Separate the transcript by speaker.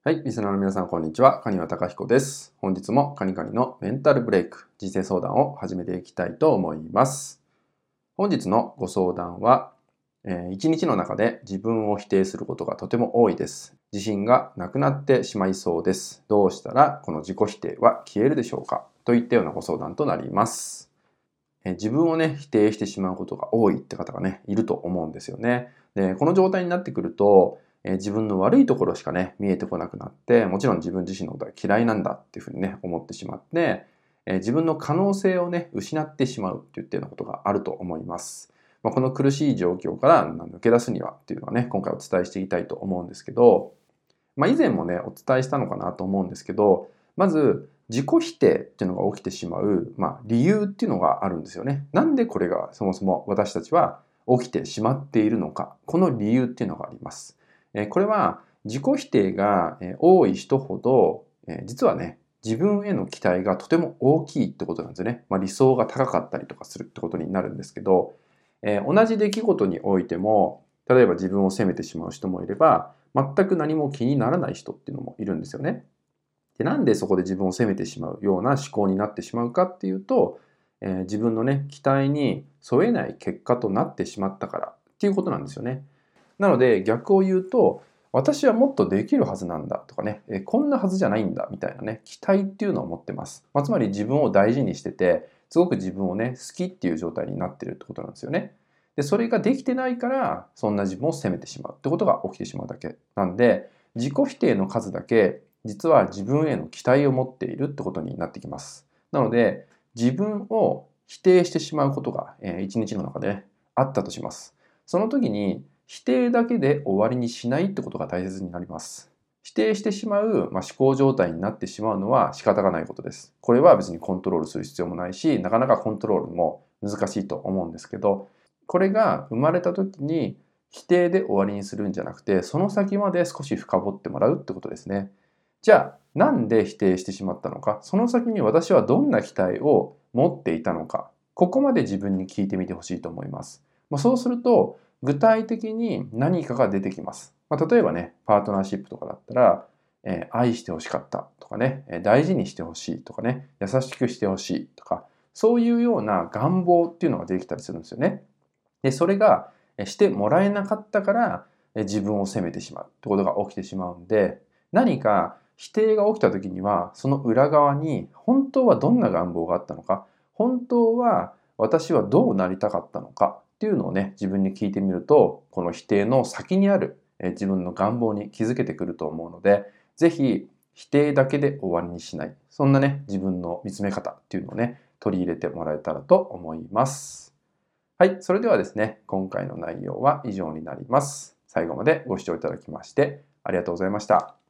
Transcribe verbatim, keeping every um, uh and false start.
Speaker 1: はい、リスナーの皆さん、こんにちは。カニワタカヒコです。本日もカニカニのメンタルブレイク、人生相談を始めていきたいと思います。本日のご相談は、えー、一日の中で自分を否定することがとても多いです。自信がなくなってしまいそうです。どうしたらこの自己否定は消えるでしょうかといったようなご相談となります。えー、自分をね、否定してしまうことが多いって方がね、いると思うんですよね。で、この状態になってくると、えー自分の悪いところしかね、見えてこなくなって、もちろん自分自身のことは嫌いなんだっていうふうにね、思ってしまって、えー自分の可能性をね、失ってしまうっていったようなことがあると思います。まあ、この苦しい状況から抜け出すにはっていうのはね、今回お伝えしていきたいと思うんですけど、まあ、以前もね、お伝えしたのかなと思うんですけど、まず、自己否定っていうのが起きてしまう、まあ、理由っていうのがあるんですよね。なんでこれがそもそも私たちは起きてしまっているのか、この理由っていうのがあります。えーこれは自己否定がえー多い人ほど、えー実はね、自分への期待がとても大きいってことなんですよね。まあ、理想が高かったりとかするってことになるんですけど、えー同じ出来事においても、例えば自分を責めてしまう人もいれば、全く何も気にならない人っていうのもいるんですよね。で、なんでそこで自分を責めてしまうような思考になってしまうかっていうと、えー自分のね、期待に添えない結果となってしまったからっていうことなんですよね。なので逆を言うと、私はもっとできるはずなんだとかね、えーこんなはずじゃないんだみたいなね、期待っていうのを持ってます。まあ、つまり自分を大事にしてて、すごく自分をね、好きっていう状態になってるってことなんですよね。で、それができてないから、そんな自分を責めてしまうってことが起きてしまうだけなんで、自己否定の数だけ実は自分への期待を持っているってことになってきます。なので、自分を否定してしまうことが、えー一日の中でね、あったとします。その時に否定だけで終わりにしないってことが大切になります。否定してしまう、まあ、思考状態になってしまうのは仕方がないことです。これは別にコントロールする必要もないし、なかなかコントロールも難しいと思うんですけど、これが生まれた時に否定で終わりにするんじゃなくて、その先まで少し深掘ってもらうってことですね。じゃあ、なんで否定してしまったのか、その先に私はどんな期待を持っていたのか、ここまで自分に聞いてみてほしいと思います。まあ、そうすると、具体的に何かが出てきます。まあ、例えばね、パートナーシップとかだったら、えー愛してほしかったとかね、えー大事にしてほしいとかね、優しくしてほしいとか、そういうような願望っていうのが出てきたりするんですよね。で、それがえしてもらえなかったからえ自分を責めてしまうってことが起きてしまうんで、何か否定が起きた時には、その裏側に本当はどんな願望があったのか、本当は私はどうなりたかったのかっていうのをね、自分に聞いてみると、この否定の先にあるえ自分の願望に気づけてくると思うので、ぜひ否定だけで終わりにしない、そんなね、自分の見つめ方っていうのをね、取り入れてもらえたらと思います。はい、それではですね、今回の内容は以上になります。最後までご視聴いただきましてありがとうございました。